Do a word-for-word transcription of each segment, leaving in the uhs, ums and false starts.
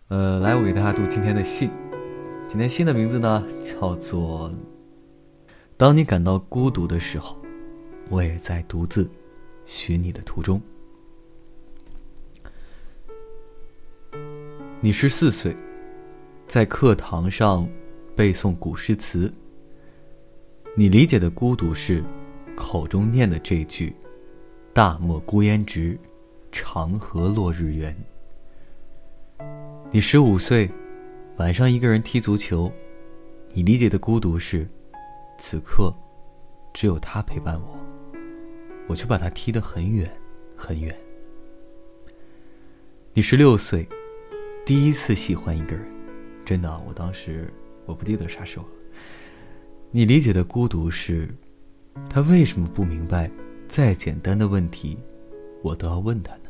呃，来，我给大家读今天的信。今天信的名字呢，叫做当你感到孤独的时候，我也在独自寻你的途中。你十四岁，在课堂上背诵古诗词。你理解的孤独是口中念的这句大漠孤烟直，长河落日圆。你十五岁，晚上一个人踢足球。你理解的孤独是此刻只有他陪伴我，我却把他踢得很远很远。你十六岁，第一次喜欢一个人，真的，我当时我不记得啥时候了。你理解的孤独是他为什么不明白再简单的问题我都要问他呢？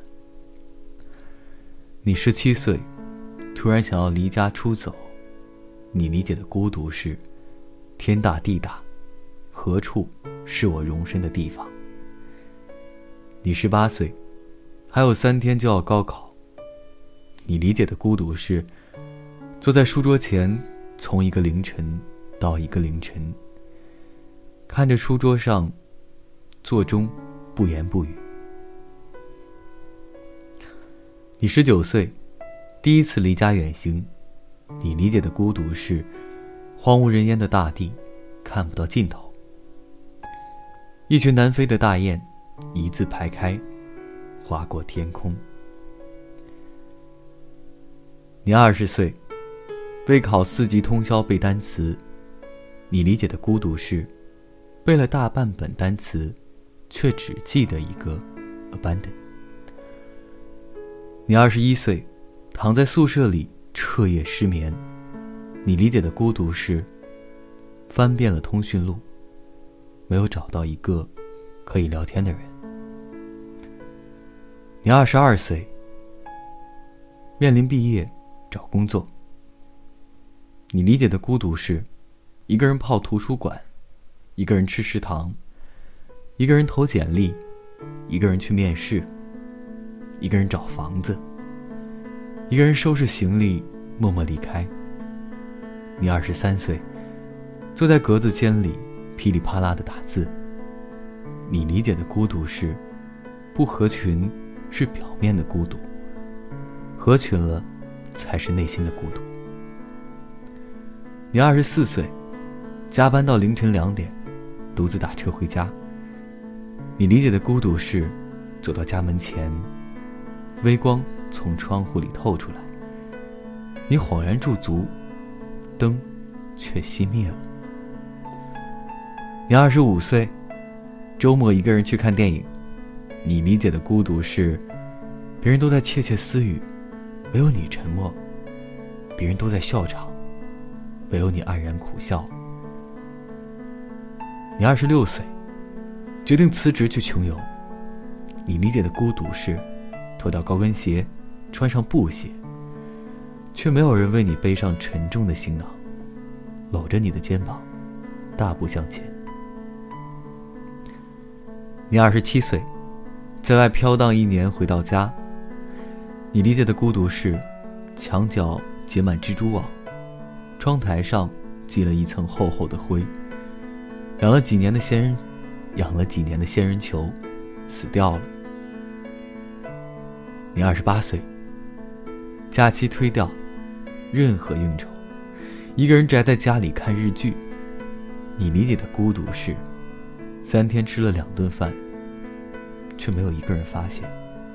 你十七岁，突然想要离家出走。你理解的孤独是天大地大，何处是我容身的地方？你十八岁，还有三天就要高考。你理解的孤独是坐在书桌前，从一个凌晨到一个凌晨，看着书桌上座钟不言不语。你十九岁，第一次离家远行。你理解的孤独是荒无人烟的大地，看不到尽头。一群南飞的大雁一字排开，划过天空。你二十岁，为考四级通宵背单词。你理解的孤独是背了大半本单词，却只记得一个 abandon。 你二十一岁，躺在宿舍里彻夜失眠。你理解的孤独是翻遍了通讯录，没有找到一个可以聊天的人。你二十二岁，面临毕业找工作。你理解的孤独是一个人泡图书馆，一个人吃食堂，一个人投简历，一个人去面试，一个人找房子，一个人收拾行李默默离开。你二十三岁，坐在格子间里噼里啪啦的打字。你理解的孤独是不合群是表面的孤独，合群了才是内心的孤独。你二十四岁，加班到凌晨两点，独自打车回家。你理解的孤独是走到家门前，微光从窗户里透出来，你恍然驻足，灯却熄灭了。你二十五岁，周末一个人去看电影。你理解的孤独是别人都在窃窃私语，唯有你沉默；别人都在笑场，唯有你黯然苦笑。你二十六岁，决定辞职去穷游。你理解的孤独是脱掉高跟鞋，穿上布鞋，却没有人为你背上沉重的行囊，搂着你的肩膀大步向前。你二十七岁，在外飘荡一年回到家。你理解的孤独是墙角结满蜘蛛网，窗台上积了一层厚厚的灰，养了几年的仙人养了几年的仙人球死掉了。你二十八岁，假期推掉，任何应酬，一个人宅在家里看日剧。你理解的孤独是三天吃了两顿饭，却没有一个人发现。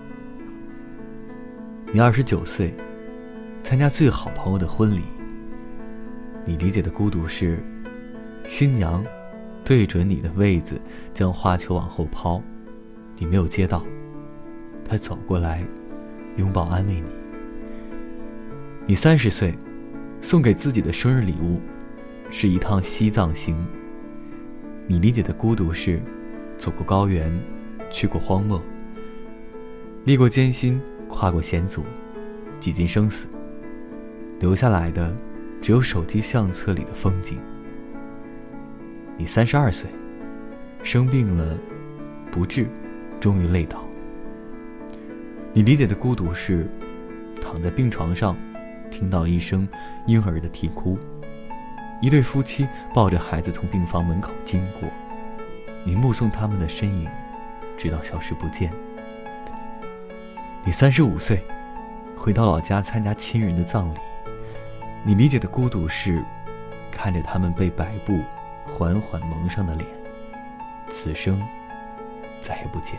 你二十九岁，参加最好朋友的婚礼。你理解的孤独是新娘对准你的位子将花球往后抛，你没有接到，她走过来拥抱安慰你。你三十岁，送给自己的生日礼物是一趟西藏行。你理解的孤独是走过高原，去过荒漠，历过艰辛，跨过险阻，几经生死，留下来的只有手机相册里的风景。你三十二岁，生病了，不治，终于累倒。你理解的孤独是躺在病床上， 听到一声婴儿的啼哭，一对夫妻抱着孩子从病房门口经过，你目送他们的身影直到消失不见。你三十五岁，回到老家参加亲人的葬礼，你理解的孤独是看着他们被白布缓缓蒙上的脸，此生再也不见。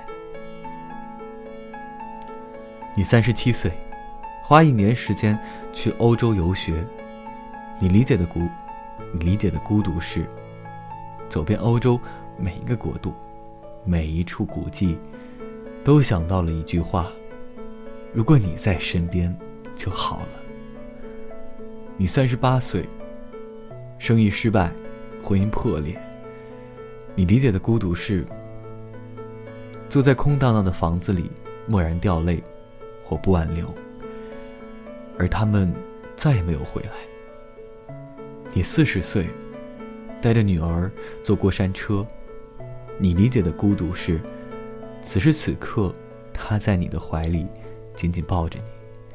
你三十七岁，花一年时间去欧洲游学，你理解的孤你理解的孤独是走遍欧洲每一个国度，每一处古迹，都想到了一句话：如果你在身边就好了。你三十八岁，生意失败，婚姻破裂，你理解的孤独是坐在空荡荡的房子里默然掉泪或不挽留，而他们再也没有回来。你四十岁，带着女儿坐过山车，你理解的孤独是此时此刻她在你的怀里紧紧抱着你，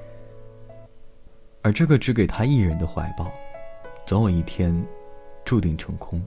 而这个只给她一人的怀抱，总有一天注定成空。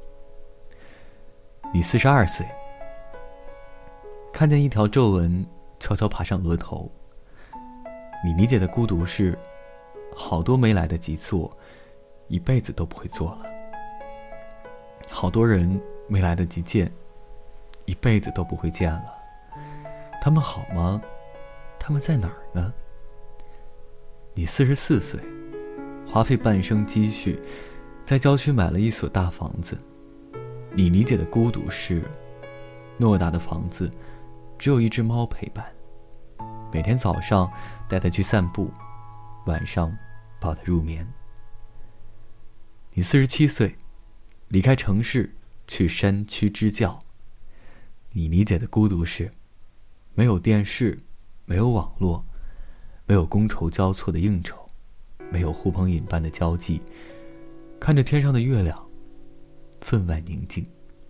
你四十二岁，看见一条皱纹悄悄爬上额头，你理解的孤独是好多没来得及做，一辈子都不会做了；好多人没来得及见，一辈子都不会见了。他们好吗？他们在哪儿呢？你四十四岁，花费半生积蓄，在郊区买了一所大房子。你理解的孤独是，偌大的房子，只有一只猫陪伴，每天早上带它去散步，晚上抱它入眠。你四十七岁，离开城市去山区支教。你理解的孤独是，没有电视，没有网络，没有觥筹交错的应酬，没有呼朋引伴的交际，看着天上的月亮，分外宁静。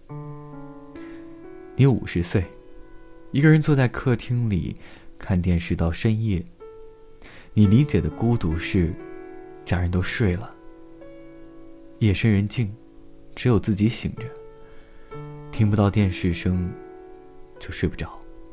你五十岁，一个人坐在客厅里看电视到深夜。你理解的孤独是，家人都睡了，夜深人静，只有自己醒着，听不到电视声就睡不着。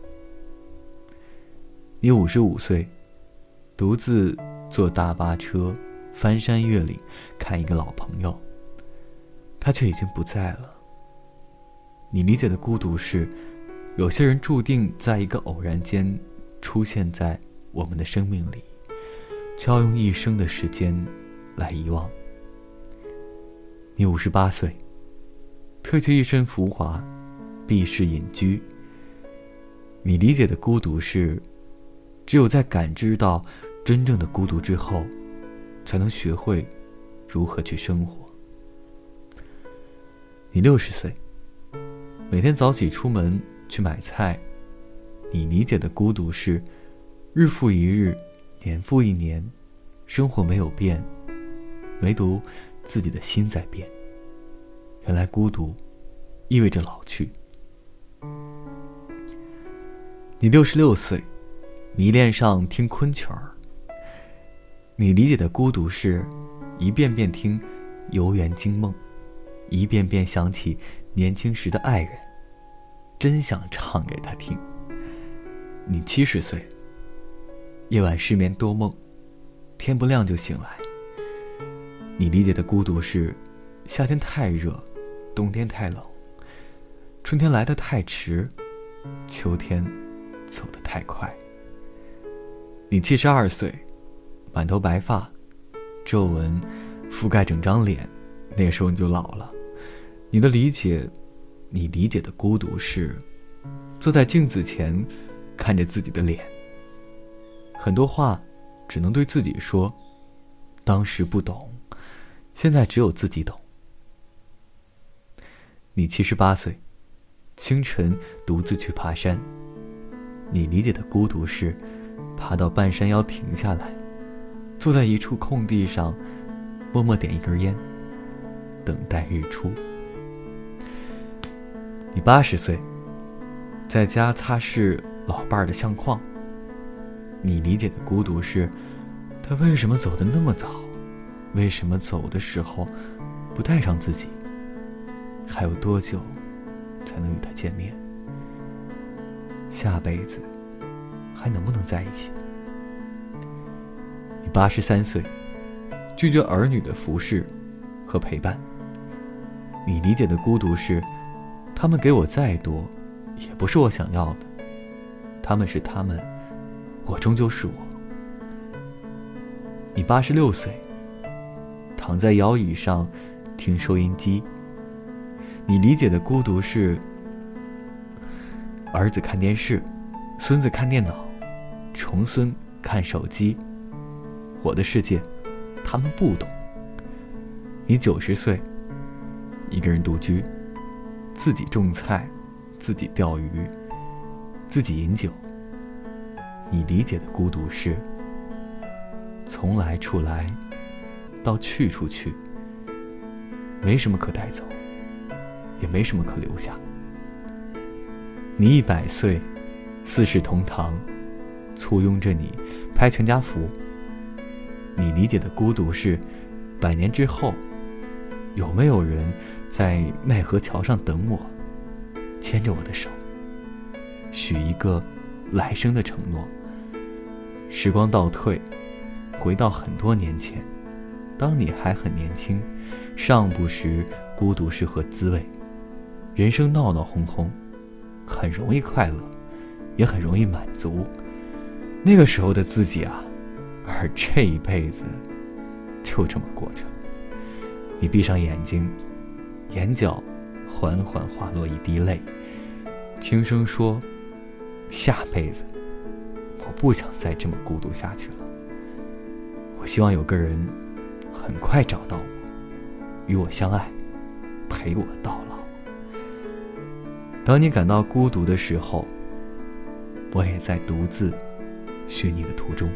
你五十五岁，独自坐大巴车翻山越岭看一个老朋友，他却已经不在了。你理解的孤独是，有些人注定在一个偶然间出现在我们的生命里，却要用一生的时间来遗忘。你五十八岁，褪去一身浮华，避世隐居。你理解的孤独是，只有在感知到真正的孤独之后，才能学会如何去生活。你六十岁，每天早起出门去买菜。你理解的孤独是，日复一日，年复一年，生活没有变，唯独自己的心在变。原来孤独意味着老去。你六十六岁，迷恋上听昆曲儿。你理解的孤独是，一遍遍听《游园惊梦》，一遍遍想起年轻时的爱人，真想唱给他听。你七十岁，夜晚失眠多梦，天不亮就醒来。你理解的孤独是，夏天太热，冬天太冷，春天来得太迟，秋天走得太快。你七十二岁，满头白发，皱纹覆盖整张脸，那时候你就老了。你的理解，你理解的孤独是，坐在镜子前看着自己的脸，很多话只能对自己说，当时不懂，现在只有自己懂。你七十八岁，清晨独自去爬山。你理解的孤独是，爬到半山腰停下来，坐在一处空地上，默默点一根烟，等待日出。你八十岁，在家擦拭老伴儿的相框。你理解的孤独是，他他为什么走得那么早？为什么走的时候不带上自己？还有多久才能与他见面？下辈子还能不能在一起？你八十三岁，拒绝儿女的服侍和陪伴。你理解的孤独是，他们给我再多，也不是我想要的。他们是他们，我终究是我。你八十六岁，躺在摇椅上听收音机。你理解的孤独是，儿子看电视，孙子看电脑，重孙看手机。我的世界，他们不懂。你九十岁，一个人独居，自己种菜，自己钓鱼，自己饮酒。你理解的孤独是，从来处来，到去处去，没什么可带走，也没什么可留下。你一百岁，四世同堂，簇拥着你拍全家福。你理解的孤独是，百年之后，有没有人在奈何桥上等我，牵着我的手，许一个来生的承诺。时光倒退，回到很多年前，当你还很年轻，尚不识孤独是何滋味。人生闹闹哄哄，很容易快乐，也很容易满足。那个时候的自己啊，而这一辈子就这么过去了。你闭上眼睛，眼角缓缓滑落一滴泪，轻声说，下辈子我不想再这么孤独下去了。我希望有个人很快找到我，与我相爱，陪我到老。当你感到孤独的时候，我也在独自寻你的途中。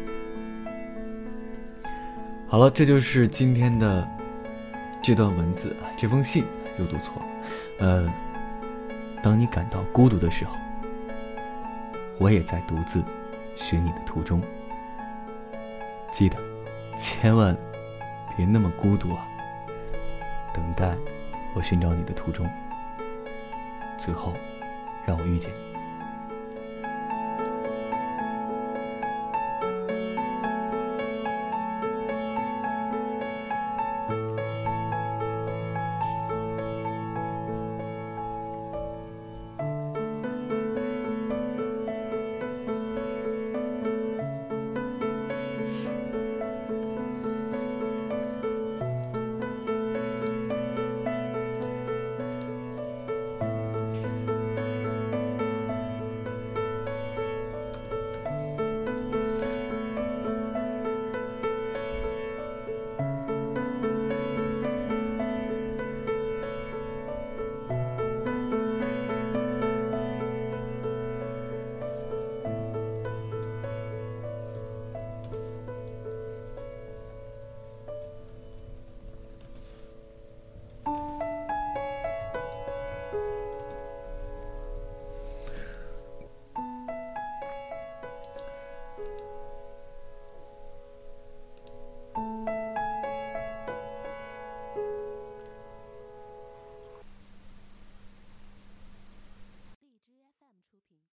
好了，这就是今天的这段文字，这封信又读错了。呃，当你感到孤独的时候，我也在独自寻你的途中。记得，千万别那么孤独啊！等待我寻找你的途中，最后让我遇见你。